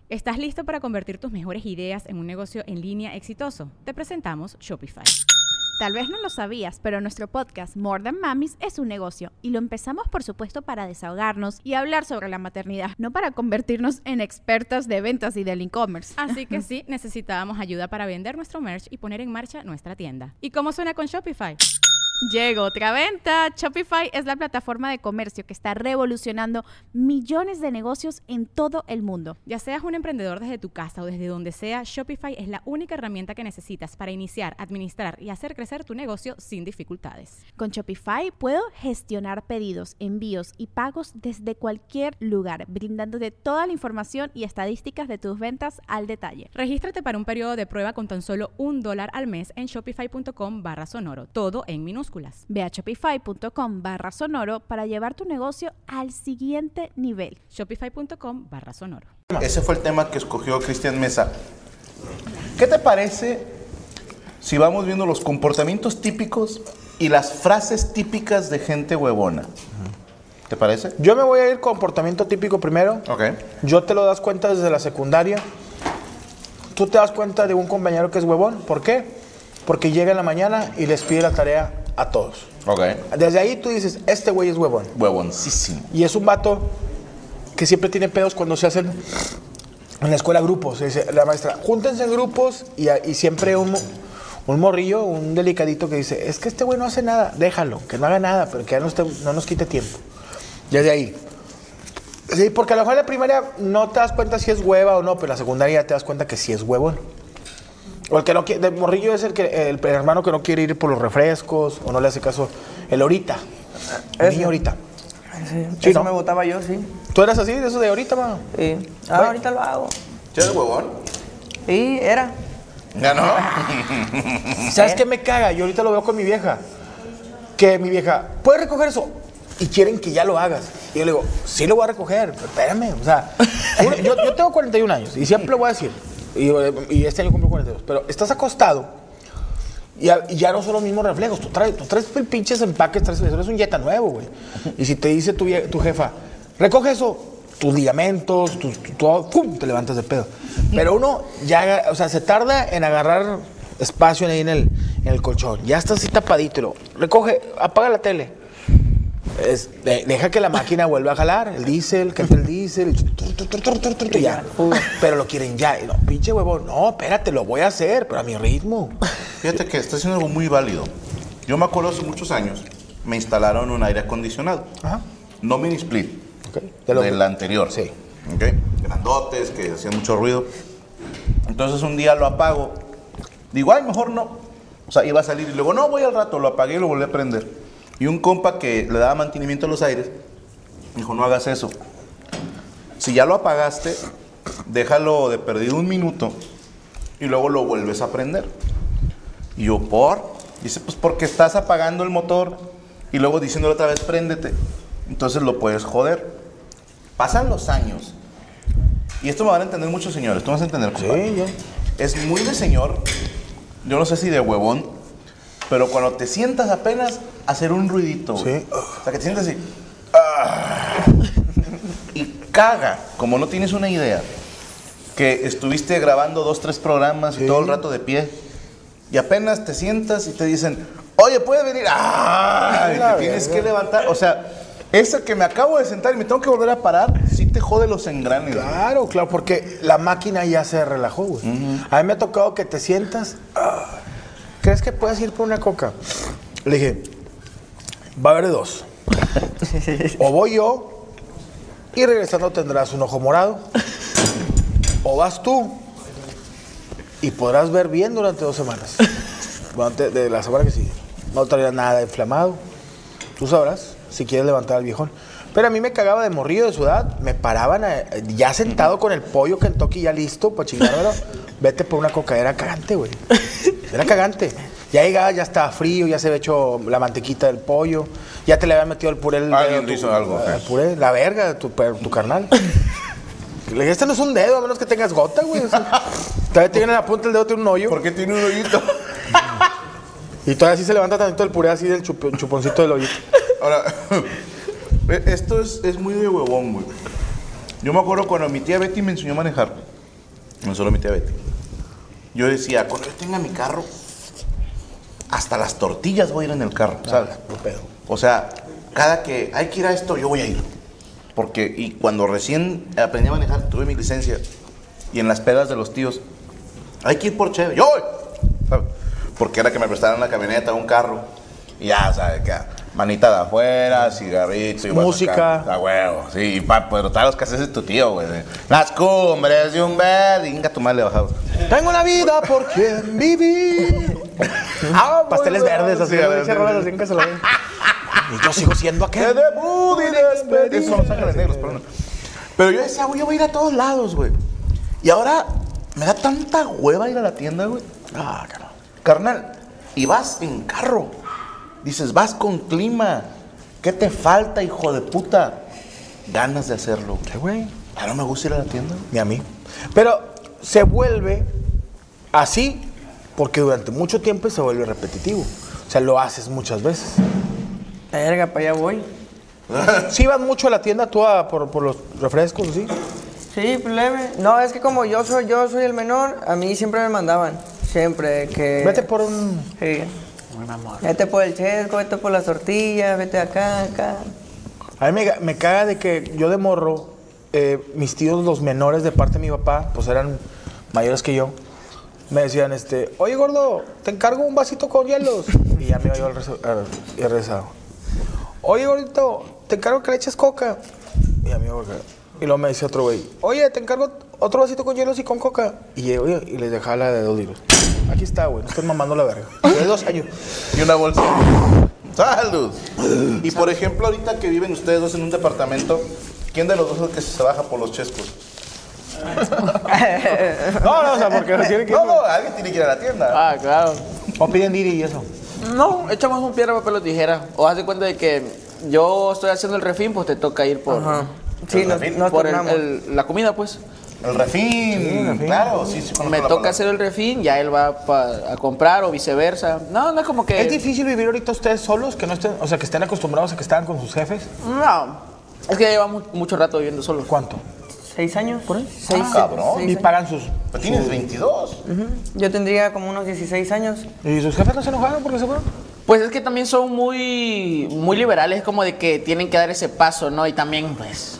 ¿Estás listo para convertir tus mejores ideas en un negocio en línea exitoso? Te presentamos Shopify. Tal vez no lo sabías, pero nuestro podcast More Than Mamis es un negocio y lo empezamos por supuesto para desahogarnos y hablar sobre la maternidad, no para convertirnos en expertas de ventas y del e-commerce. Así que sí, necesitábamos ayuda para vender nuestro merch y poner en marcha nuestra tienda. ¿Y cómo suena con Shopify? Llegó otra venta. Shopify es la plataforma de comercio que está revolucionando millones de negocios en todo el mundo. Ya seas un emprendedor desde tu casa o desde donde sea, Shopify es la única herramienta que necesitas para iniciar, administrar y hacer crecer tu negocio sin dificultades. Con Shopify puedo gestionar pedidos, envíos y pagos desde cualquier lugar, brindándote toda la información y estadísticas de tus ventas al detalle. Regístrate para un periodo de prueba con tan solo $1 al mes en shopify.com/sonoro, todo en minúsculas. Ve a shopify.com/sonoro para llevar tu negocio al siguiente nivel. Shopify.com/sonoro. Ese fue el tema que escogió Cristian Mesa. ¿Qué te parece si vamos viendo los comportamientos típicos y las frases típicas de gente huevona? ¿Te parece? Yo me voy a ir comportamiento típico primero. Ok. Yo te lo das cuenta desde la secundaria. Tú te das cuenta de un compañero que es huevón. ¿Por qué? Porque llega en la mañana y les pide la tarea a todos. Ok. Desde ahí tú dices, este güey es huevón. Huevoncísimo. Y es un vato que siempre tiene pedos cuando se hacen en la escuela grupos. Dice la maestra, júntense en grupos y siempre un morrillo, un delicadito que dice, es que este güey no hace nada, déjalo, que no haga nada, pero que ya no nos quite tiempo. Desde ahí. Sí, porque a lo mejor en la primaria no te das cuenta si es hueva o no, pero en la secundaria ya te das cuenta que sí es huevón. O el que no quiere, del morrillo es el hermano que no quiere ir por los refrescos o no le hace caso. El ahorita. El niño ahorita. Sí, Sí, eso ¿no? me votaba yo, sí. ¿Tú eras así, de eso de ahorita, mano? Sí. Bueno. Ahorita lo hago. ¿Tú eres huevón? Sí, era. Ya no. ¿Sabes qué me caga? Yo ahorita lo veo con mi vieja. Que mi vieja, ¿puedes recoger eso? Y quieren que ya lo hagas. Y yo le digo, sí lo voy a recoger, pero espérame. O sea, yo tengo 41 años y siempre lo voy a decir. Y este año cumplo 42. Pero estás acostado y ya no son los mismos reflejos. Tú traes pinches empaques, eres un Jetta nuevo, güey. Y si te dice tu jefa, recoge eso, tus ligamentos, todo, ¡pum!, te levantas de pedo. Pero uno ya, o sea, se tarda en agarrar espacio ahí en el colchón. Ya está así tapadito. Y lo recoge, apaga la tele. Deja que la máquina vuelva a jalar, el diésel, que entre el diésel, y ya. Pero lo quieren ya. Y no, pinche huevón, no, espérate, lo voy a hacer, pero a mi ritmo. Fíjate que está haciendo algo muy válido. Yo me acuerdo hace muchos años, me instalaron un aire acondicionado. Ajá. No mini split, Okay. del anterior. Sí. Okay. Grandotes, que hacían mucho ruido. Entonces un día lo apago. Digo, ay, mejor no. O sea, iba a salir y luego, no, voy al rato, lo apagué y lo volví a prender. Y un compa que le daba mantenimiento a los aires, dijo, no hagas eso. Si ya lo apagaste, déjalo de perdido un minuto y luego lo vuelves a prender. Y yo, ¿por? Dice, pues porque estás apagando el motor y luego diciéndole otra vez, préndete. Entonces lo puedes joder. Pasan los años. Y esto me van a entender muchos señores. Tú vas a entender, compadre. Sí, ya. Es muy de señor, yo no sé si de huevón, pero cuando te sientas apenas hacer un ruidito, Sí. o sea, que te sientas así, y caga, como no tienes una idea, que estuviste grabando 2, 3 programas y todo el rato de pie, y apenas te sientas y te dicen, oye, ¿puedes venir? Y te tienes que levantar, o sea, ese que me acabo de sentar y me tengo que volver a parar, sí te jode los engranes. Claro, porque la máquina ya se relajó, güey. A mí me ha tocado que te sientas, ¿crees que puedes ir por una coca? Le dije, va a haber de dos. O voy yo y regresando tendrás un ojo morado. O vas tú y podrás ver bien durante 2 semanas. Bueno, de la semana que sigue. No traerás nada inflamado. Tú sabrás si quieres levantar al viejón. Pero a mí me cagaba de morrillo de su edad. Me paraban ya sentado con el pollo Kentucky ya listo para chingármelo. Vete por una coca. Era cagante, güey. Era cagante. Ya llegaba, ya estaba frío, ya se había hecho la mantequita del pollo, ya te le había metido el puré. Alguien hizo algo. El puré, la verga de tu carnal. Le dije, este no es un dedo, a menos que tengas gota, güey. O sea, todavía tiene en la punta del dedo, tiene un hoyo. ¿Por qué tiene un hoyito? Y todavía sí se levanta tantito el puré así del chuponcito del hoyito. Ahora, esto es muy de huevón, güey. Yo me acuerdo cuando mi tía Betty me enseñó a manejar. solo mi tía Betty. Yo decía, cuando yo tenga mi carro, hasta las tortillas voy a ir en el carro, ¿sabes? No pedo. O sea, cada que hay que ir a esto, yo voy a ir. Porque, y cuando recién aprendí a manejar, tuve mi licencia, y en las pedas de los tíos, hay que ir por cheve, yo voy, ¿sabes? Porque era que me prestaran una camioneta, un carro, y ya, ¿sabes? Que manita de afuera, cigarrito, y música. A huevo, sí, pero todos los casetes de tu tío, güey. Las cumbres de un verde, y venga, tu madre le bajaba. Tengo una vida por quien vivir. Pasteles verdes, así, Sí, así en que se lo ven. Y yo sigo siendo aquel. ¡Qué debut y despedida! Esos son Los Ángeles Negros, pero no. Pero yo decía, güey, yo voy a ir a todos lados, güey. Y ahora me da tanta hueva ir a la tienda, güey. Ah, carajo. Carnal, y vas en carro. Dices, vas con clima. ¿Qué te falta, hijo de puta? Ganas de hacerlo. ¿Qué, güey? Ya no me gusta ir a la tienda. Ni a mí. Pero se vuelve así porque durante mucho tiempo se vuelve repetitivo. O sea, lo haces muchas veces. Verga, para allá voy. ¿Sí vas mucho a la tienda tú por los refrescos, sí? Sí, pues leve. No, es que como yo soy el menor, a mí siempre me mandaban. Siempre que... Vete por un... Sí. Buen amor. Vete por el chesco, vete por las tortillas, vete acá. A mí me caga de que yo de morro, mis tíos, los menores de parte de mi papá, pues eran mayores que yo, me decían, oye, gordo, te encargo un vasito con hielos. Y ya me iba yo al rezado. Oye, gordito, te encargo que le eches coca. Y ya me iba a y luego me decía otro güey, oye, te encargo otro vasito con hielos y con coca. Y les dejaba la de 2 litros. Aquí está, güey, no estoy mamando la verga. De 2 años. Y una bolsa. ¡Salud! Y por ejemplo, ahorita que viven ustedes dos en un departamento, ¿quién de los dos es el que se baja por los chescos? No, o sea, porque tienen que... No, alguien tiene que ir a la tienda. Ah, claro. O piden Didi y eso. No, echamos un piedra, papel o tijera. O haz de cuenta de que yo estoy haciendo el refín, pues te toca ir por... Ajá. Sí, El refil, nos por turnamos. la comida, pues. El refín, claro, sí, conozco Me la toca palabra. hacer el refín, ya él va a comprar o viceversa. No, no es como que... ¿Es difícil vivir ahorita ustedes solos? Que no estén, o sea, que estén acostumbrados a que estaban con sus jefes. No, es que ya llevamos mucho rato viviendo solos. ¿Cuánto? 6 años. ¿Por ahí? Cabrón. Y pagan sus... Pero tienes 22. Yo tendría como unos 16 años. ¿Y sus jefes no se enojaron porque se fueron? Pues es que también son muy liberales, como de que tienen que dar ese paso, ¿no? Y también, pues,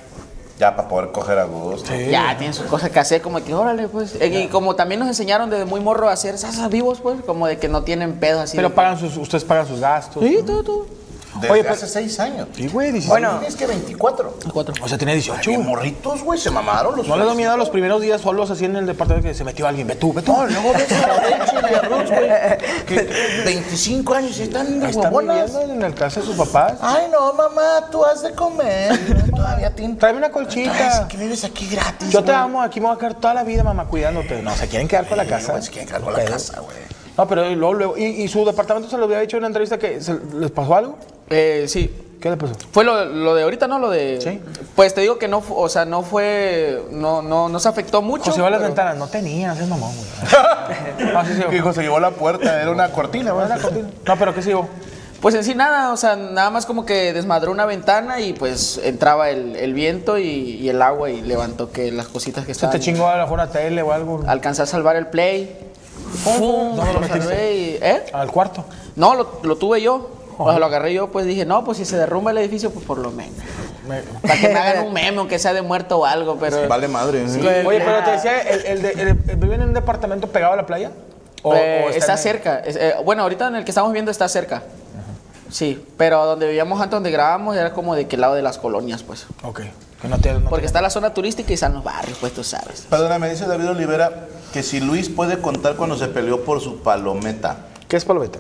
Ya para poder coger a gusto. ya tienen sus cosas que hacer, como que, órale, pues. Y como también nos enseñaron desde muy morro a hacer salsas vivos, pues, como de que no tienen pedos así. Pero de ustedes pagan sus gastos. Sí, todo. Desde Oye, pero- hace 6 años. Sí, güey, 16. Bueno. Tienes que 24. 4. O sea, tenía 18. Qué morritos, güey, se mamaron los ¿No les da miedo los primeros días solos así en el departamento que se metió alguien? Ve tú. No, luego ves a Rachel y a Ruth, güey, que 25 años y están de Están huevonas. viviendo en el casa de sus papás. Ay, no, mamá, tú has de comer. Todavía tienes... Tráeme una colchita. que vives aquí gratis, Yo te güey. amo, aquí me voy a quedar toda la vida, mamá, cuidándote. No, se quieren quedar con la casa. güey, se quieren quedar con la Pero- casa, güey. No, pero luego. ¿Y su departamento se lo había dicho en una entrevista que les pasó algo? Sí. ¿Qué le pasó? Fue lo de ahorita, ¿no? Lo de... Sí. Pues te digo que no, o sea, no fue... No se afectó mucho. José va a las pero- ventanas. No tenía, no seas mamón, güey. No, sí, sí. Hijo, se llevó la puerta, era una cortina, güey. No, pero ¿qué sigo? Pues en sí nada, o sea, nada más como que desmadró una ventana y pues entraba el viento y el agua y levantó que las cositas que ¿Se estaban... te chingó a lo mejor una tele o algo? Alcancé a salvar el play. ¡Fum! ¿Dónde lo Lo metiste? salvé y- ¿Eh? Al cuarto. No, lo tuve yo. O sea, lo agarré yo, pues dije, no, pues si se derrumba el edificio, pues por lo menos. Para que me hagan un meme, aunque sea de muerto o algo, pero... Vale madre. Sí. Oye, pero te decía, ¿viven en un departamento pegado a la playa? ¿O está en- cerca. Bueno, ahorita en el que estamos viendo está cerca. Sí, pero donde vivíamos antes, donde grabábamos, era como de qué lado de las colonias, pues. Ok. Que no te, no Porque te- está la zona turística y están los barrios, pues tú sabes. Perdóname, dice David Olivera que si Luis puede contar cuando se peleó por su palometa. ¿Qué es palometa?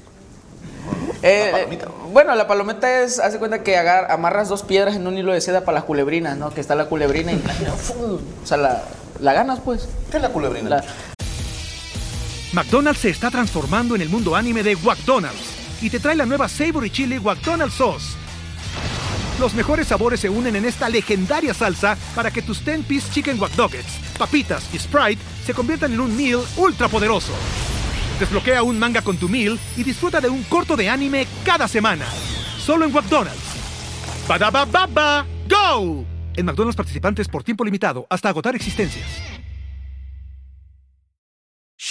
palomita. Bueno, la palometa es, hace cuenta que amarras 2 piedras en un hilo de seda para las culebrinas, ¿no? Que está la culebrina y ¡fum! O sea, la ganas, pues. ¿Qué es la culebrina? La- McDonald's se está transformando en el mundo anime de McDonald's y te trae la nueva Savory Chili McDonald's Sauce. Los mejores sabores se unen en esta legendaria salsa para que tus 10-piece chicken wack nuggets, papitas y Sprite se conviertan en un meal ultra poderoso. Desbloquea un manga con tu meal y disfruta de un corto de anime cada semana. Solo en McDonald's. ¡Badaba baba! ¡Go! En McDonald's participantes por tiempo limitado hasta agotar existencias.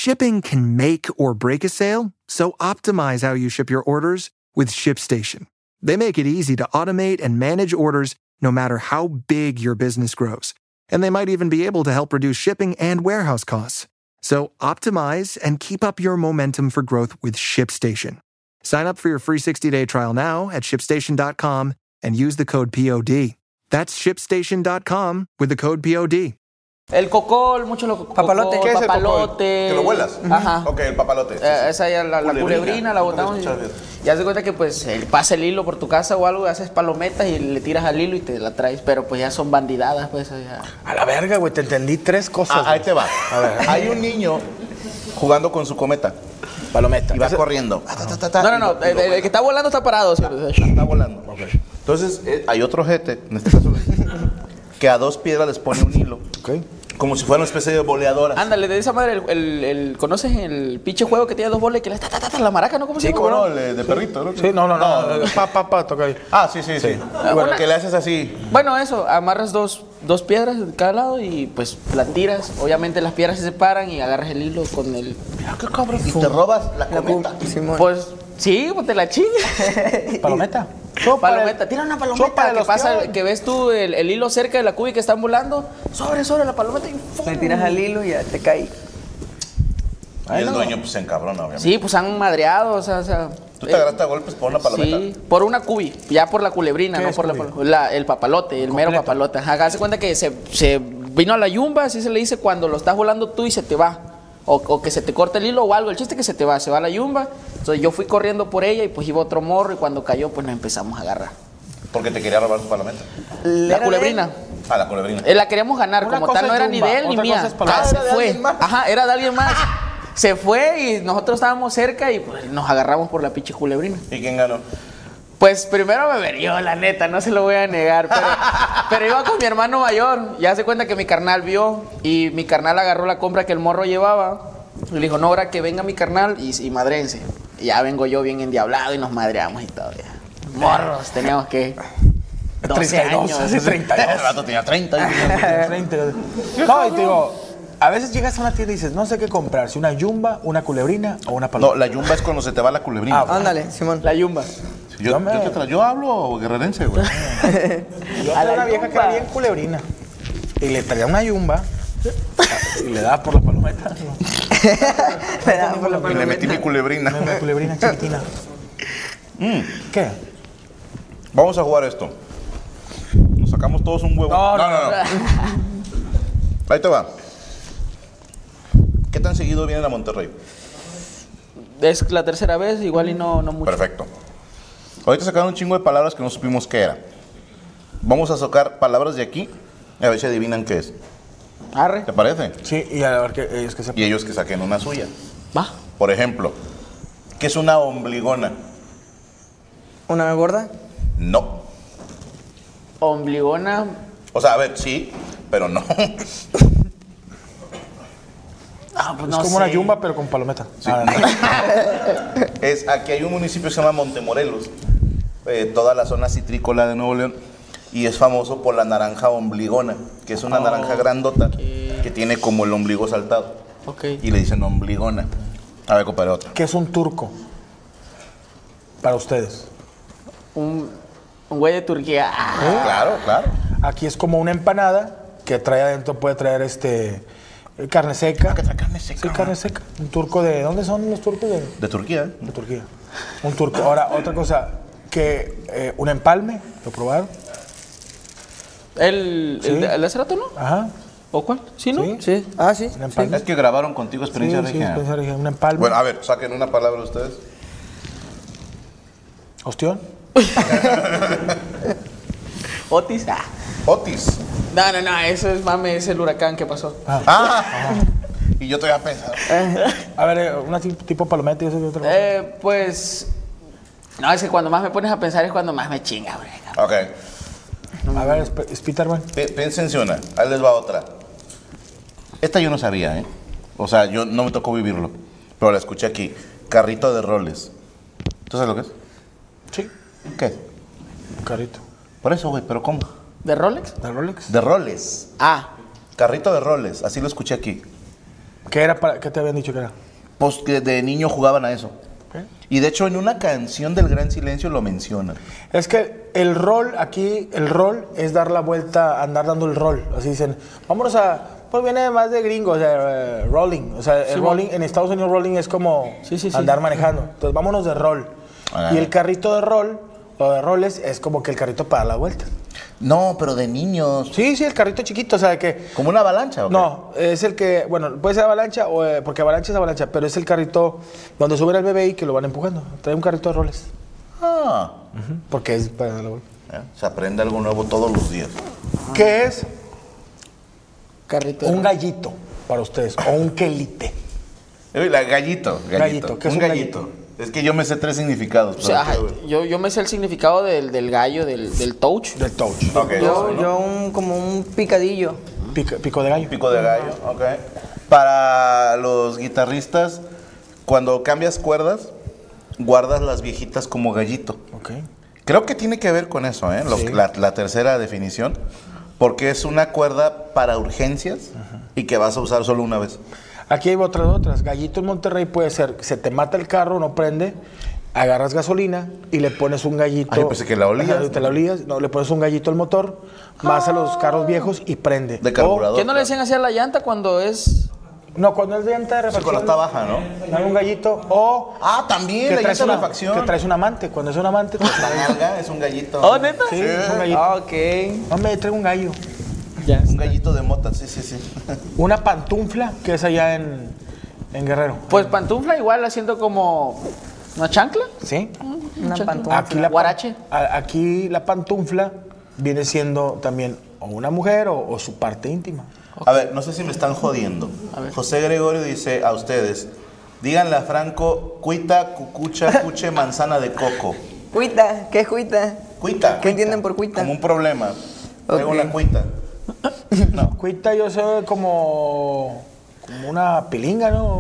Shipping can make or break a sale, so optimize how you ship your orders with ShipStation. They make it easy to automate and manage orders no matter how big your business grows. And they might even be able to help reduce shipping and warehouse costs. So optimize and keep up your momentum for growth with ShipStation. Sign up for your free 60-day trial now at ShipStation.com and use the code POD. That's ShipStation.com with the code POD. El cocol, mucho lo Papalote. ¿Qué es el papalote. cocol? ¿Que lo vuelas? Ajá. Ok, el papalote. Sí, sí. Esa ya la culebrina la botamos. Y haz de cuenta que pues pasa el hilo por tu casa o algo, haces palometas y le tiras al hilo y te la traes. Pero pues ya son bandidadas, pues. Ya. A la verga, güey, te entendí 3 cosas. Ahí te va. A ver. Hay un niño jugando con su cometa Palometa. y va corriendo. No, el que está volando está parado. ¿Sí? Está volando. Entonces, hay otro jete, en este caso, que a 2 piedras les pone un hilo. Ok. Como si fuera una especie de boleadora. Ándale, de esa madre, ¿conoces el pinche juego que tiene 2 bolas y que la maraca, ¿no? ¿Cómo se Sí, llama? como no, el de perrito, ¿no? Sí, no. Toca ahí. Ah, sí. Que le haces así. Bueno, eso, amarras dos piedras de cada lado y pues la tiras. Obviamente las piedras se separan y agarras el hilo con el... Mira qué cabrón. Y te robas la cometa. Simón. Pues sí, pues te la chingas. Palometa. Palometa, tira una sopa palometa. de Que los pasa, tíos. que ves tú el hilo cerca de la cuba y que están volando. Sobre la palometa y ¡fum! Le tiras al hilo y ya te cae. Y el dueño pues se encabrona, obviamente. Sí, pues han madreado, o sea... Tú te agarraste a golpes por una palometa. Sí, por una cubi, ya por la culebrina, ¿Qué no es por cubi? el papalote, el mero papalote. Ajá, hace cuenta que se vino a la yumba, así se le dice cuando lo estás volando tú y se te va. O que se te corta el hilo o algo. El chiste es que se va a la yumba. Entonces yo fui corriendo por ella y pues iba otro morro y cuando cayó pues nos empezamos a agarrar. Porque te quería robar su palometa. La culebrina. Ah, la culebrina. La queríamos ganar, Una como cosa tal no es era ni yumba, de él ni otra cosa mía. es palometa. Se Era de fue. alguien más. Ajá, era de alguien más. Se fue y nosotros estábamos cerca y pues nos agarramos por la pinche culebrina. ¿Y quién ganó? Pues primero me verió, la neta, no se lo voy a negar, pero iba con mi hermano mayor. Ya se cuenta que mi carnal vio y mi carnal agarró la compra que el morro llevaba. Y le dijo, no, ahora que venga mi carnal y madrense. Y ya vengo yo bien endiablado y nos madreamos y todo. Ya. Morros, teníamos que 12 32, años. hace 32. El rato tenía 30. No, y te digo, a veces llegas a una tienda y dices, no sé qué comprar, si una yumba, una culebrina o una No, palometa. la yumba es cuando se te va la culebrina. Ah, Ándale, Simón. La yumba. Yo hablo guerrerense, güey. Yo tenía una vieja que era bien culebrina y le traía una yumba y le daba por la palometa. Le daba por la Y le palometa. metí mi culebrina. Una culebrina chiquitina. ¿Qué? Vamos a jugar esto. Nos sacamos todos un huevo. No. Ahí te va. ¿Qué tan seguido vienen a Monterrey? Es la tercera vez, igual y no mucho. Perfecto. Ahorita sacaron un chingo de palabras que no supimos qué era. Vamos a sacar palabras de aquí y a ver si adivinan qué es. Arre. ¿Te parece? Sí, y a ver que ellos que se... Y ellos que saquen una suya. Va. Por ejemplo, ¿qué es una ombligona? ¿Una gorda? No. Ombligona. O sea, a ver, sí, pero no. Ah, pues Es no como una sé. yumba, pero con palometa. Sí. Ah, no. Aquí hay un municipio que se llama Montemorelos, toda la zona citrícola de Nuevo León, y es famoso por la naranja ombligona, que es una naranja grandota que tiene como el ombligo saltado. Ok. Y le dicen ombligona. A ver, compadre, otra. ¿Qué es un turco? Para ustedes. Un güey de Turquía. Claro, claro. Aquí es como una empanada que trae adentro, puede traer carne seca. ¿Qué trae carne seca? Sí, carne seca. Un turco de... ¿Dónde son los turcos? De Turquía, ¿eh? De Turquía. Un turco. Ahora, otra cosa, que un empalme, ¿lo probaron? ¿El de hace rato, no? Ajá. ¿O cuál? ¿Sí, no? Sí. Sí. Ah, sí. Un empalme. Es que grabaron contigo experiencia Sí, regia. experiencia regia. Un empalme. Bueno, a ver, saquen una palabra ustedes. ¿Ostión? Otis. Otis. No, eso es mame, es el huracán que pasó. Y yo te había pensado. A ver, una tipo palometa y eso y otra cosa. Pues. No, es que cuando más me pones a pensar es cuando más me chinga, güey. Ok. A ver, Spiderman. Piénsense una. Ahí les va otra. Esta yo no sabía, ¿eh? O sea, yo no me tocó vivirlo. Pero la escuché aquí. Carrito de roles. ¿Tú sabes lo que es? Sí. ¿Qué? Un carrito. Por eso, güey, pero ¿cómo? ¿De Rolex? ¿De Rolex? De roles. Ah. Carrito de roles. Así lo escuché aquí. ¿Qué era ¿Qué te habían dicho que era? Pues que de niño jugaban a eso. ¿Qué? Y de hecho en una canción del Gran Silencio lo mencionan. Es que el rol aquí, el rol es dar la vuelta, andar dando el rol. Así dicen, vámonos a... Pues viene más de gringo, o sea, rolling. O sea, el rolling, en Estados Unidos rolling es como andar manejando. Entonces vámonos de rol. Y el carrito de rol, o de roles, es como que el carrito para la vuelta. No, pero de niños. Sí, el carrito chiquito, o sea, que... ¿Como una avalancha o qué? No, es el que, bueno, puede ser avalancha, porque avalancha es avalancha, pero es el carrito donde suben al bebé y que lo van empujando. Trae un carrito de roles. Ah. Porque es para la vuelta. Se aprende algo nuevo todos los días. ¿Qué es? Carrito. Un gallito para ustedes, o un quelite. Gallito. ¿Qué es un gallito? Es que yo me sé 3 significados. O sea, yo me sé el significado del gallo, del touch. Del touch. Okay. Yo como un picadillo. Pico de gallo. Pico de gallo, ok. Para los guitarristas, cuando cambias cuerdas, guardas las viejitas como gallito. Ok. Creo que tiene que ver con eso, ¿eh? La tercera definición. Porque es una cuerda para urgencias y que vas a usar solo una vez. Aquí hay otras. Gallito en Monterrey puede ser, se te mata el carro, no prende, agarras gasolina y le pones un gallito. Ay, pensé que la olías. Ajá, te la olías, no, le pones un gallito al motor, más a los carros viejos y prende. De carburador. ¿Qué no le decían así a la llanta cuando es...? No, cuando es de llanta de refacción. Con la está baja, ¿no? Dame un gallito o... También, que la traes llanta de una refacción. Que traes un amante. Cuando es un amante... Te La nalga es un gallito. ¿Oh, neta? Sí, es un gallito. Ok. Hombre, traigo un gallo. Un gallito de mota, sí. Una pantufla, que es allá en Guerrero. Pues pantufla igual la siento como una chancla. ¿Sí? Una pantufla. Guarache. Aquí la pantufla viene siendo también o una mujer o su parte íntima. A ver, no sé si me están jodiendo. José Gregorio dice a ustedes, díganle a Franco, cuita, cucucha, cuche, manzana de coco. Cuita, ¿qué es cuita? Cuita. ¿Qué entienden por cuita? Como un problema. Traigo Ok. una cuita. No. Cuita yo sé como una pilinga, ¿no?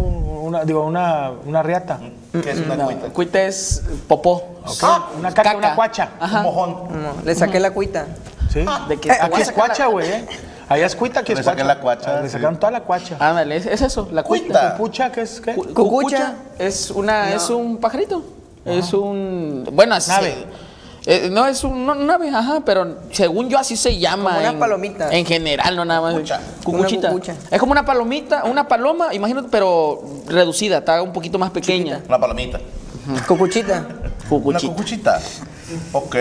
Una riata. ¿Qué es una cuita? Cuita es popó. Una caca, una cuacha. Un mojón. No, le saqué la cuita. ¿Sí? ¿De qué? Aquí es cuacha, güey, Allá es cuita, aquí es Le saqué cuacha. la cuacha, Le sí. sacaron toda la cuacha. Ándale, es eso, la Cuita. cuita. ¿Pucha qué es? ¿Qué? Cucucha es un pajarito. Es un... Bueno, así... Nave. No, es un ave, pero según yo así se llama. Como una palomita. En general, no nada más. Cucucha. Cucuchita. Una cucucha. Es como una palomita, una paloma, imagínate, pero reducida, está un poquito más pequeña. Una palomita. Cucuchita. Una Cucuchita. cucuchita. Ok.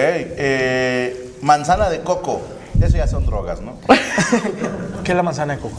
Manzana de coco. Eso ya son drogas, ¿no? ¿Qué es la manzana de coco?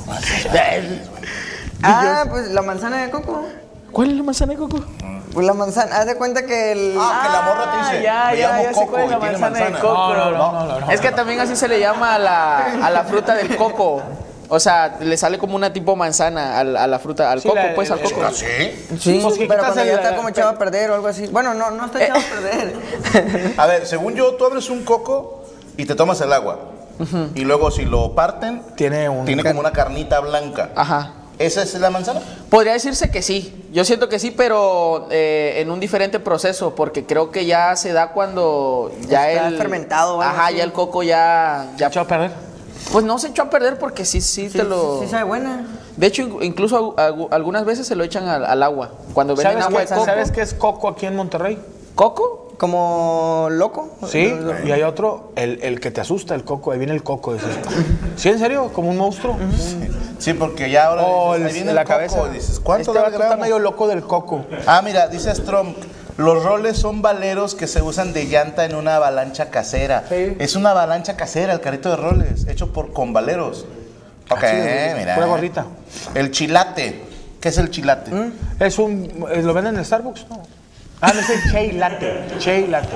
Pues la manzana de coco. ¿Cuál es la manzana de coco? Pues la manzana, haz de cuenta que el... Que la morra te dice, me llamo sé coco cuál es la y tiene manzana de manzana. coco. No. Es que también así se le llama a la fruta del coco. O sea, le sale como una tipo manzana a la fruta, al Sí, coco, la- pues al coco. ¿Sí? Sí, Pues que pero quitas cuando ya el- está como echado a perder o algo así. Bueno, no está echado a perder. A ver, según yo, tú abres un coco y te tomas el agua. Y luego si lo parten, Tiene como una carnita blanca. Ajá. ¿Esa es la manzana? Podría decirse que sí. Yo siento que sí, pero en un diferente proceso, porque creo que ya se da cuando ya Está el fermentado o algo Ajá, así. ya el coco ya echado a perder. pues no se echó a perder porque sí te lo. Sí sabe buena. De hecho, incluso algunas veces se lo echan al agua. Cuando venden agua de coco. ¿Sabes qué es coco aquí en Monterrey? ¿Coco? Como loco. Sí, y hay otro, el que te asusta, el coco, ahí viene el coco. Dices, ¿sí, en serio? ¿Como un monstruo? Sí, porque ya ahora O dices, ahí viene la el coco, cabeza. dices, ¿cuánto este da el vato está gramo? medio loco del coco. Mira, dice Strom, los roles son valeros que se usan de llanta en una avalancha casera. Sí. Es una avalancha casera, el carrito de roles, hecho con valeros. Ok, Sí, mira. pura gorrita. El chilate. ¿Qué es el chilate? Es ¿lo venden en Starbucks? No. No es el Chai Latte. Chai Latte.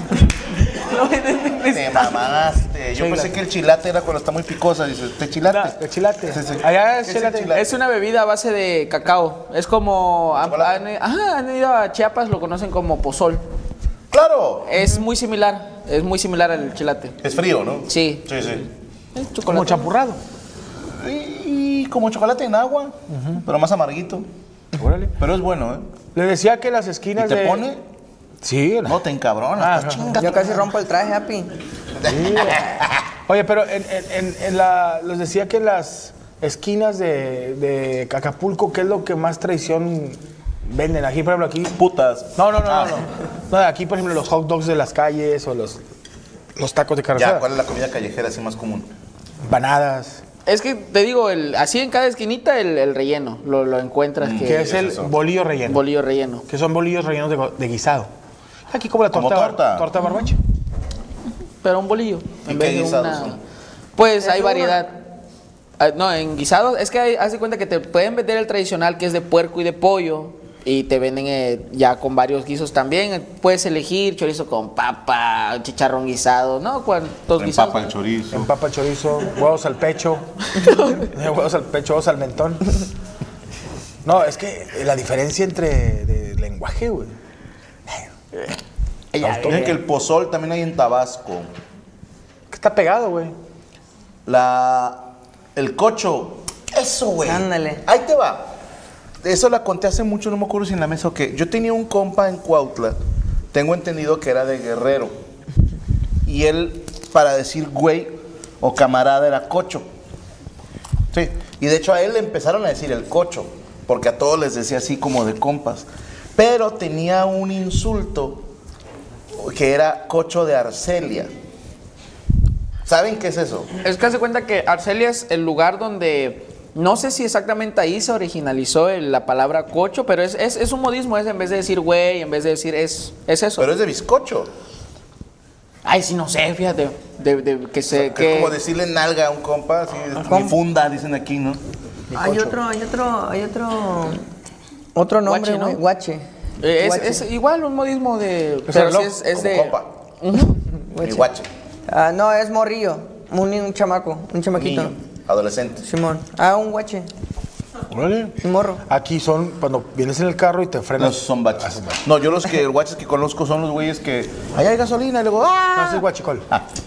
Te mamaste. Yo pensé que el chilate era cuando está muy picosa. Dices, ¿te chilate? El chilate. Sí, sí. Allá es ¿Qué es el chilate. chilate? Es una bebida a base de cacao. Es como. Han ido a Chiapas, lo conocen como pozol. ¡Claro! Es muy similar al chilate. Es frío, ¿no? Sí. Sí, sí. Chocolate. Como champurrado. Y como chocolate en agua, pero más amarguito. Órale. Pero es bueno, ¿eh? Le decía que las ¿Y esquinas te de... pone? Sí. No, te encabrona. Ajá. Chinga Yo tu casi madre. rompo el traje, Happy. Oye, pero les decía que esquinas de Acapulco, ¿qué es lo que más tradición venden? Aquí, por ejemplo, aquí... Putas. No. No, aquí, por ejemplo, los hot dogs de las calles o los tacos de carne Ya, asada. ¿cuál es la comida callejera así más común? Empanadas. Es que te digo, así en cada esquinita el relleno lo encuentras. Que es el bolillo relleno. Bolillo relleno. Que son bolillos rellenos de guisado. Aquí como la Como torta torta. de barbacha. Pero un bolillo. ¿Y en qué vez de guisados son? Pues hay variedad. No, en guisados, es que haz de cuenta que te pueden vender el tradicional que es de puerco y de pollo. Y te venden ya con varios guisos también. Puedes elegir chorizo con papa, chicharrón guisado, ¿no? ¿Cuántos guisados? Empapa el chorizo. Empapa el chorizo, huevos al pecho. Huevos al mentón. No, es que la diferencia entre de lenguaje, güey. Miren que el pozol también hay en Tabasco. Que está pegado, güey. El cocho. Eso, güey. Ándale. Ahí te va. Eso la conté hace mucho, no me acuerdo si en la mesa o qué. Yo tenía un compa en Cuautla, tengo entendido que era de Guerrero. Y él, para decir güey o camarada, era cocho. Sí. Y de hecho a él le empezaron a decir el cocho, porque a todos les decía así como de compas. Pero tenía un insulto que era cocho de Arcelia. ¿Saben qué es eso? Es que haz de cuenta que Arcelia es el lugar donde, no sé si exactamente ahí se originalizó la palabra cocho, pero es un modismo, es en vez de decir güey, en vez de decir es eso. Pero es de bizcocho. Ay, sí, no sé, fíjate, que se... Es como decirle nalga a un compa, así, mi funda, dicen aquí, ¿no? Hay otro nombre, Guache, ¿no? güey. Guache. Es igual un modismo de... Pero Pero sí es Como de... compa. Mi guache. No, es morrillo. Un chamaco, un chamaquito. Niño, adolescente. Simón. Un guache. Órale. Un morro. Aquí son cuando vienes en el carro y te frenas. No, son baches. No, yo los guaches que conozco son los güeyes que... Allá hay gasolina y luego... No, ¡ah! ese es guachicol.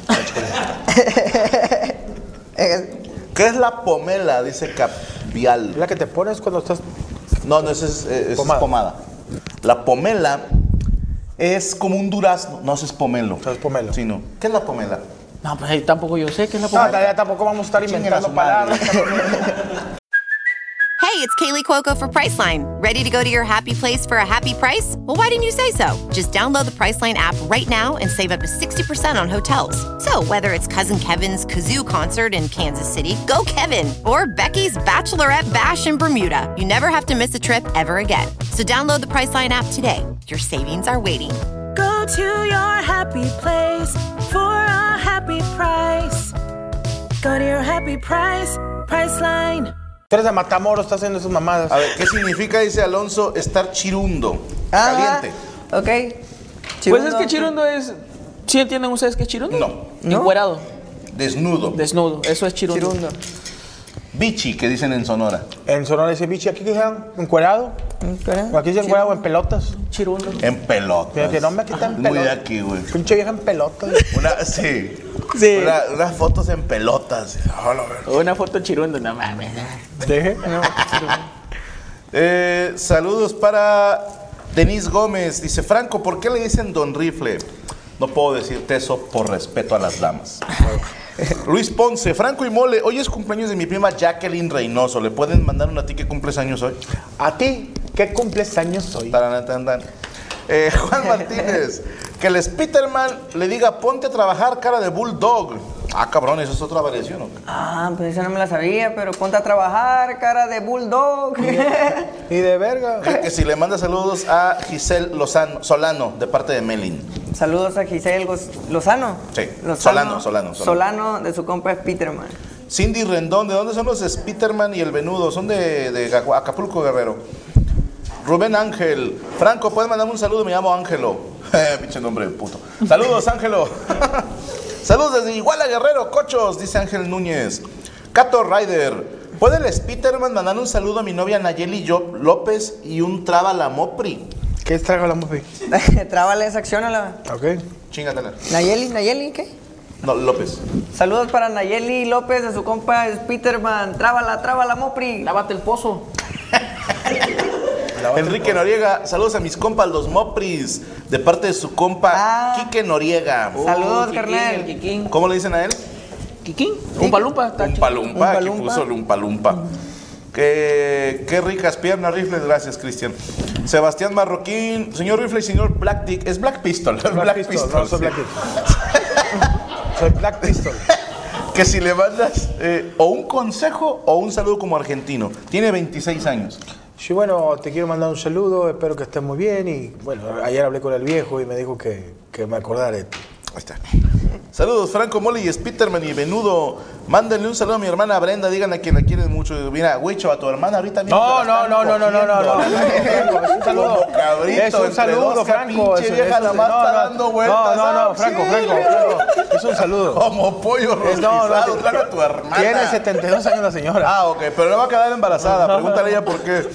¿Qué es la pomela? Dice Capial. Es la que te pones cuando estás... No, esa es pomada. La pomela es como un durazno. No, eso es pomelo. Eso es pomelo. Sí, no. ¿Qué es la pomela? No, pues ahí tampoco yo sé qué es la No, pomada. ya tampoco vamos a estar Chinguen a inventando su madre. palabras. Hey, it's Kaylee Cuoco for Priceline. Ready to go to your happy place for a happy price? Well, why didn't you say so? Just download the Priceline app right now and save up to 60% on hotels. So, whether it's Cousin Kevin's Kazoo concert in Kansas City, go Kevin, or Becky's Bachelorette Bash in Bermuda, you never have to miss a trip ever again. So, download the Priceline app today. Your savings are waiting. Go to your happy place for a happy price. Go to your happy price, Priceline. Tú eres de Matamoros, estás haciendo esas mamadas. A ver, ¿qué significa, dice Alonso, estar chirundo? Caliente. Ok. Pues es que chirundo es... ¿Sí entienden ustedes qué es chirundo? No. Encuerado. Desnudo. Desnudo, eso es chirundo. Bichi, que dicen en Sonora. En Sonora dice bichi, aquí que dijeron encuerado. O aquí dice encuerado en pelotas. Chirundo. En pelotas. Fíjate, no, aquí está en Muy pelotas. de aquí, güey. Pinche vieja en pelotas. Sí. Sí. Unas fotos en pelotas. Una foto chirundo, no mames. Deje. Saludos para Denise Gómez. Dice, Franco, ¿por qué le dicen Don Rifle? No puedo decirte eso por respeto a las damas. Luis Ponce, Franco y Mole, hoy es cumpleaños de mi prima Jacqueline Reynoso. ¿Le pueden mandar una a ti que cumples años hoy? A ti, ¿qué cumples años hoy? Juan Martínez, que el Spiderman le diga ponte a trabajar cara de bulldog. Ah, cabrón, eso es otra variación, ¿no? Pues esa no me la sabía, pero ponte a trabajar, cara de bulldog. Y de verga. Que si le manda saludos a Giselle Solano, de parte de Melin. Saludos a Giselle Lozano. Sí, Solano, de su compa Spiderman. Cindy Rendón, ¿de dónde son los Spiderman y el Venudo? Son de Acapulco, Guerrero. Rubén Ángel, Franco, ¿puedes mandarme un saludo? Me llamo Ángelo. Pinche nombre de puto. Saludos, Ángelo. Saludos desde Iguala, Guerrero, Cochos, dice Ángel Núñez. Cato Ryder, ¿puede el Spiderman mandar un saludo a mi novia Nayeli López y un Trábala Mopri? ¿Qué es Trábala Mopri? Trábala esa acción a la... Ok. Chingatela. Nayeli, ¿qué? No, López. Saludos para Nayeli López de su compa Spiderman. Trábala Mopri. Lávate el pozo. Enrique Noriega, saludos a mis compas los Mopris, de parte de su compa Quique Noriega. Saludos, carnal. ¿Cómo le dicen a él? ¿Quiquín? Umpa Lumpa. Umpa Lumpa, aquí puso el Umpa Lumpa. Qué ricas piernas, Rifles. Gracias, Cristian. Sebastián Marroquín, señor Rifle y señor Black Dick. Es Black Pistol. Black Pistol. No, soy Black Dick. Soy Black Pistol. Que si le mandas o un consejo o un saludo como argentino. Tiene 26 años. Sí, bueno, te quiero mandar un saludo. Espero que estés muy bien. Y bueno, ayer hablé con el viejo y me dijo que me acordara de ti. Ahí está. Saludos, Franco Moli y Spiderman y Venudo. Mándenle un saludo a mi hermana Brenda. Díganle que la quieren mucho. Mira, Huicho, a tu hermana ahorita mismo. No. Es un saludo. Es un saludo, Franco. Vieja la más está dando vueltas. No, Franco. Es un saludo. Como pollo rostizado. Claro, a tu hermana. Tiene 72 años la señora. Ah, ok, pero le va a quedar embarazada. Pregúntale a ella por qué.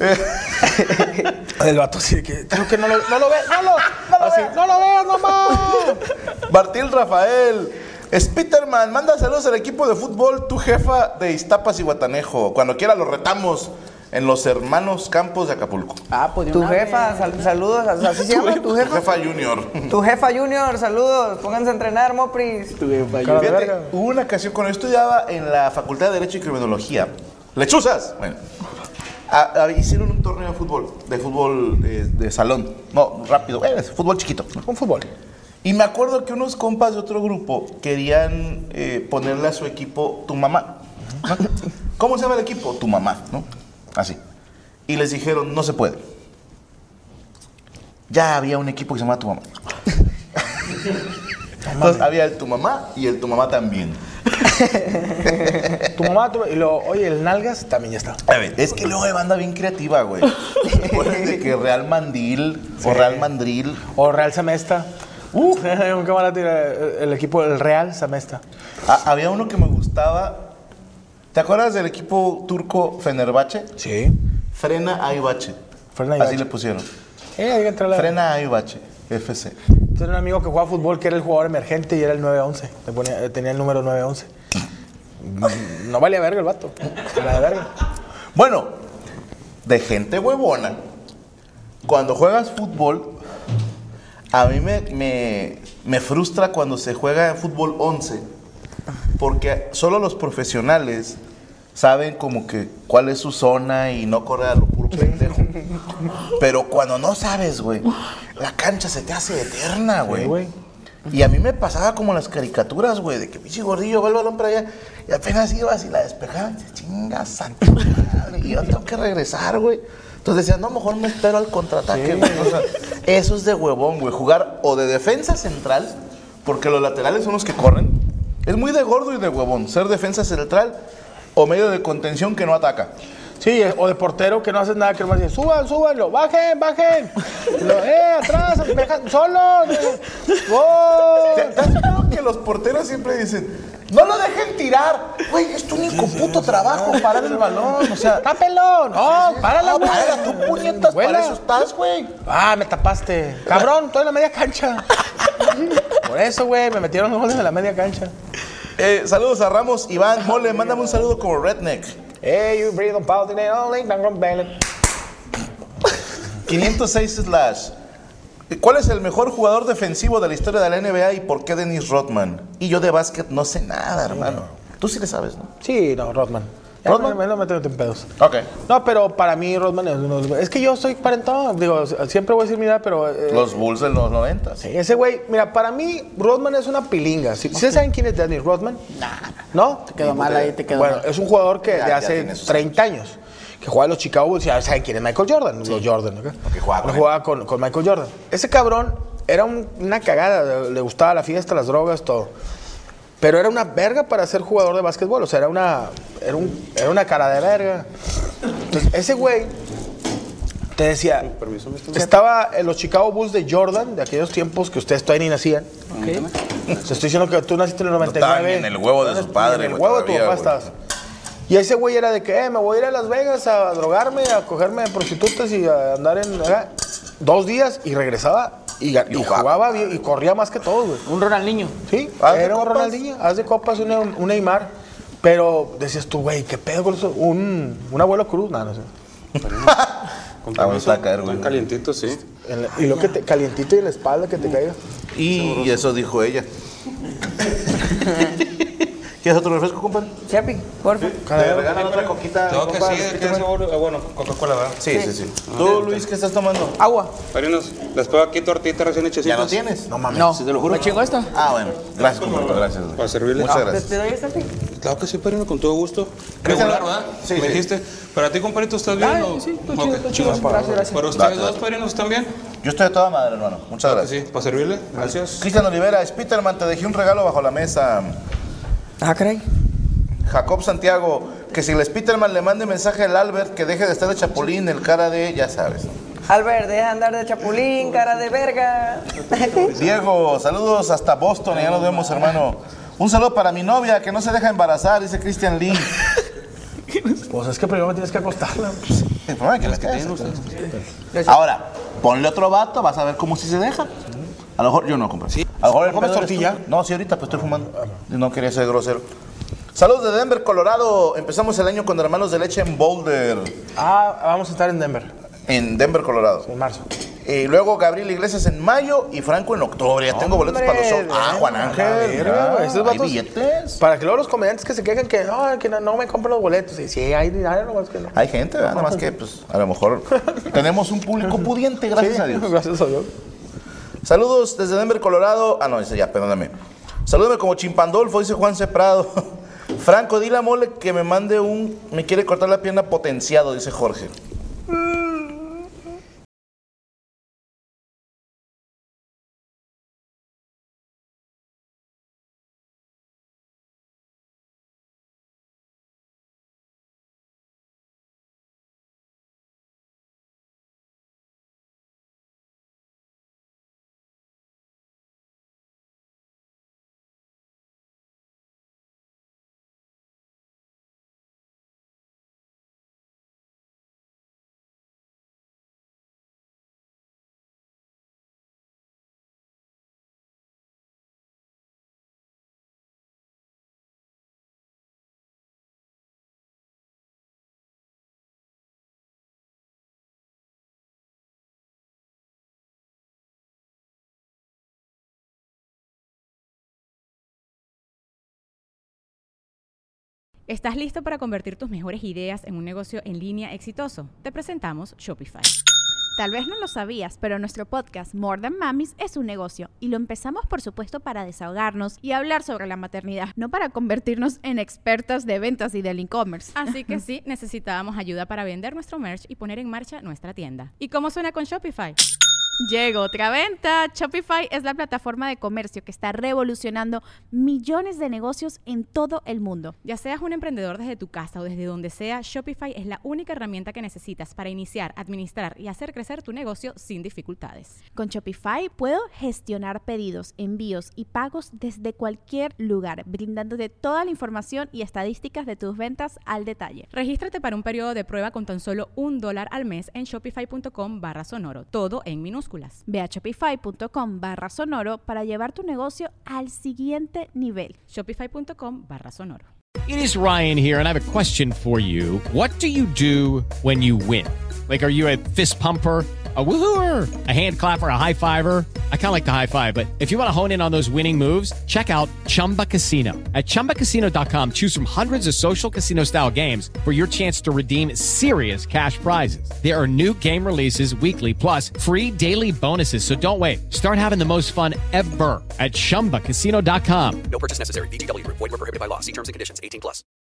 El vato sí que creo que no lo veas nomás. Martín Rafael. Spiderman, manda saludos al equipo de fútbol, tu jefa de Iztapas y Guatanejo. Cuando quiera lo retamos en los Hermanos Campos de Acapulco. Pues tu jefa, saludos, ¿así se llama tu jefa? Tu jefa Junior. Tu jefa Junior, saludos, pónganse a entrenar, Mopris. Tu jefa Junior. Fíjate, hubo una ocasión cuando yo estudiaba en la Facultad de Derecho y Criminología. ¡Lechuzas! Bueno, hicieron un torneo de fútbol de salón. No, rápido, fútbol chiquito. Un fútbol. Y me acuerdo que unos compas de otro grupo querían ponerle a su equipo tu mamá, ¿no? ¿Cómo se llama el equipo? Tu mamá, ¿no? Así. Y les dijeron, no se puede. Ya había un equipo que se llamaba Tu Mamá. Entonces había el Tu Mamá y el Tu Mamá también. Tu mamá, oye, el Nalgas también ya está. A ver, es que luego hay banda bien creativa, güey. De que Real Mandil, sí. O Real Mandril. O Real Samesta. ¿Qué van a tirar? El equipo del Real Samesta. Había uno que me gustaba. ¿Te acuerdas del equipo turco Fenerbahce? Sí. Frena Aybache. Así le pusieron. Frena Aybache, FC. Tenía un amigo que jugaba fútbol que era el jugador emergente y era el 9-11. Tenía el número 9-11. No valía verga el vato. Era de verga. Bueno, de gente huevona. Cuando juegas fútbol, a mí me frustra cuando se juega en fútbol 11. Porque solo los profesionales saben como que cuál es su zona y no correr a lo puro pendejo. Pero cuando no sabes, güey, la cancha se te hace eterna, güey. Sí, y a mí me pasaba como las caricaturas, güey, de que pinche gordillo va el balón para allá y apenas ibas y la despejaban. Chinga, santa madre, y yo tengo que regresar, güey. Entonces decían, no, mejor me espero al contraataque, güey. O sea, eso es de huevón, güey. Jugar o de defensa central, porque los laterales son los que corren. Es muy de gordo y de huevón ser defensa central o medio de contención que no ataca. Sí, o de portero que no haces nada, que nomás dice, súbanlo, bajen. Atrás, solo. ¿Te has fijado que los porteros siempre dicen, no lo dejen tirar? Güey, es tu único puto trabajo, parar el balón. O sea, ¡está pelón! ¡No, párala, güey! ¡Párala, tú puñetas! Para eso estás, güey. Me tapaste. Cabrón, estoy en la media cancha. Por eso, güey, me metieron los goles en la media cancha. Saludos a Ramos. Iván Mole, mándame un saludo como Redneck. Hey, you breathe on powder, only 506/. ¿Cuál es el mejor jugador defensivo de la historia de la NBA y por qué Dennis Rodman? Y yo de básquet no sé nada, hermano. Tú sí le sabes, ¿no? Sí, no, Rodman. ¿Rodman? Me meto en pedos. Ok. No, pero para mí Rodman es uno de los... Es que yo soy parentón. Digo, siempre voy a decir mi edad, pero... los Bulls de los 90. Sí, ese güey... Mira, para mí Rodman es una pilinga. ¿Ustedes saben quién es Dennis Rodman? ¿No? Te quedó mal ahí, Bueno, es un jugador que de hace 30 años. Que juega en los Chicago Bulls. Ya saben quién es Michael Jordan. Sí. Los Jordan, ¿ok? Que jugaba con Michael Jordan. Ese cabrón era una cagada. Le gustaba la fiesta, las drogas, todo. Pero era una verga para ser jugador de básquetbol. O sea, era una cara de verga. Entonces, ese güey te decía... Estaba en los Chicago Bulls de Jordan, de aquellos tiempos que ustedes todavía ni nacían. Okay. Te estoy diciendo que tú naciste en el 99. No en el huevo de su padre. En el huevo de tu papá estabas. Y ese güey era de que, me voy a ir a Las Vegas a drogarme, a cogerme prostitutas y a andar en... 2 días y regresaba y jugaba bien y corría más que todos, güey. Un Ronaldinho. Sí, era un Ronaldinho. Haz de copas un Neymar. Pero decías tú, güey, ¿qué pedo con eso? Un abuelo Cruz, no sé. Vamos a caer, güey. Calientito, sí. Y lo que calientito y en la espalda que te caiga. Y eso dijo ella. ¿Quieres otro refresco, compadre? Chepi, porfa. ¿Te regalan otra coquita? Tengo que sí, ¿de qué sabor? Bueno, Coca-Cola, ¿verdad? Sí. ¿Tú, Luis, qué estás tomando? Agua. Padrinos, les pongo aquí tortitas recién hechecitas. ¿Ya no tienes? No mames. No, ¿Sí te lo juro? ¿me chingo esta? Ah, bueno. Gracias, compadre. Gracias. Luis. Para servirle. Muchas ¿Te gracias. doy esta, Pi? Claro que sí, padrino, con todo gusto. Cristian, Regular, ¿verdad? sí, Me sí. dijiste. ¿Para ti, compadrito, estás bien? Ay, o- sí, está Ok, chido, está chido. chingón. Gracias. ¿Para ustedes Date. dos, padrinos, están bien? Yo estoy de toda madre, hermano. Muchas gracias. Sí, para servirle. Gracias. Cristian Olivera, Spiderman, te dejé un regalo bajo la mesa. Ah, caray. Jacob Santiago, que si el Spiderman le mande mensaje al Albert que deje de estar de chapulín, el cara de, ya sabes. Albert, deja de andar de chapulín, cara de verga. Diego, saludos hasta Boston, ya nos vemos, hermano. Un saludo para mi novia, que no se deja embarazar, dice Christian Lee. Pues es que primero tienes que acostarla. El problema es que me quedas. Ahora, ponle otro vato, vas a ver cómo si se deja. A lo mejor, yo no, compadre. A lo mejor el ¿Comes pedo eres tortilla? tú. No, sí, ahorita pues estoy fumando. Y no quería ser grosero. Saludos de Denver, Colorado. Empezamos el año con Hermanos de Leche en Boulder. Ah, vamos a estar en Denver, En Denver, Colorado. en marzo. Y luego Gabriel Iglesias en mayo y Franco en octubre. Ya tengo boletos para los shows. Ah, Juan Ángel. verga, güey, esos ¿Hay vatos- billetes? Para que luego los comediantes que se quejen que no me compran los boletos. Y sí, hay dinero, nomás que no. Hay gente, ¿verdad? Nada más que, pues, a lo mejor tenemos un público pudiente, gracias a Dios. Gracias a Dios. Saludos desde Denver, Colorado. Ah, no, dice ya, perdóname. Salúdame como Chimpandolfo, dice Juan C. Prado. Franco, dile a Mole que me mande me quiere cortar la pierna potenciado, dice Jorge. ¿Estás listo para convertir tus mejores ideas en un negocio en línea exitoso? Te presentamos Shopify. Tal vez no lo sabías, pero nuestro podcast More Than Mamis es un negocio y lo empezamos por supuesto para desahogarnos y hablar sobre la maternidad, no para convertirnos en expertas de ventas y del e-commerce. Así que sí, necesitábamos ayuda para vender nuestro merch y poner en marcha nuestra tienda. ¿Y cómo suena con Shopify? Llegó otra venta. Shopify es la plataforma de comercio que está revolucionando millones de negocios en todo el mundo. Ya seas un emprendedor desde tu casa o desde donde sea, Shopify es la única herramienta que necesitas para iniciar, administrar y hacer crecer tu negocio sin dificultades. Con Shopify puedo gestionar pedidos, envíos y pagos desde cualquier lugar, brindándote toda la información y estadísticas de tus ventas al detalle. Regístrate para un periodo de prueba con tan solo $1 al mes en shopify.com/sonoro, todo en minúsculas. Ve a shopify.com/sonoro para llevar tu negocio al siguiente nivel. Shopify.com/sonoro. It is Ryan here, and I have a question for you. What do you do when you win? Like, are you a fist pumper, a woo-hooer, a hand clapper, a high fiver? I kind of like the high five, but if you want to hone in on those winning moves, check out Chumba Casino. At ChumbaCasino.com, choose from hundreds of social casino-style games for your chance to redeem serious cash prizes. There are new game releases weekly, plus free daily bonuses. So don't wait. Start having the most fun ever at ChumbaCasino.com. No purchase necessary. VGW Group. Void where prohibited by law. See terms and conditions. 18+.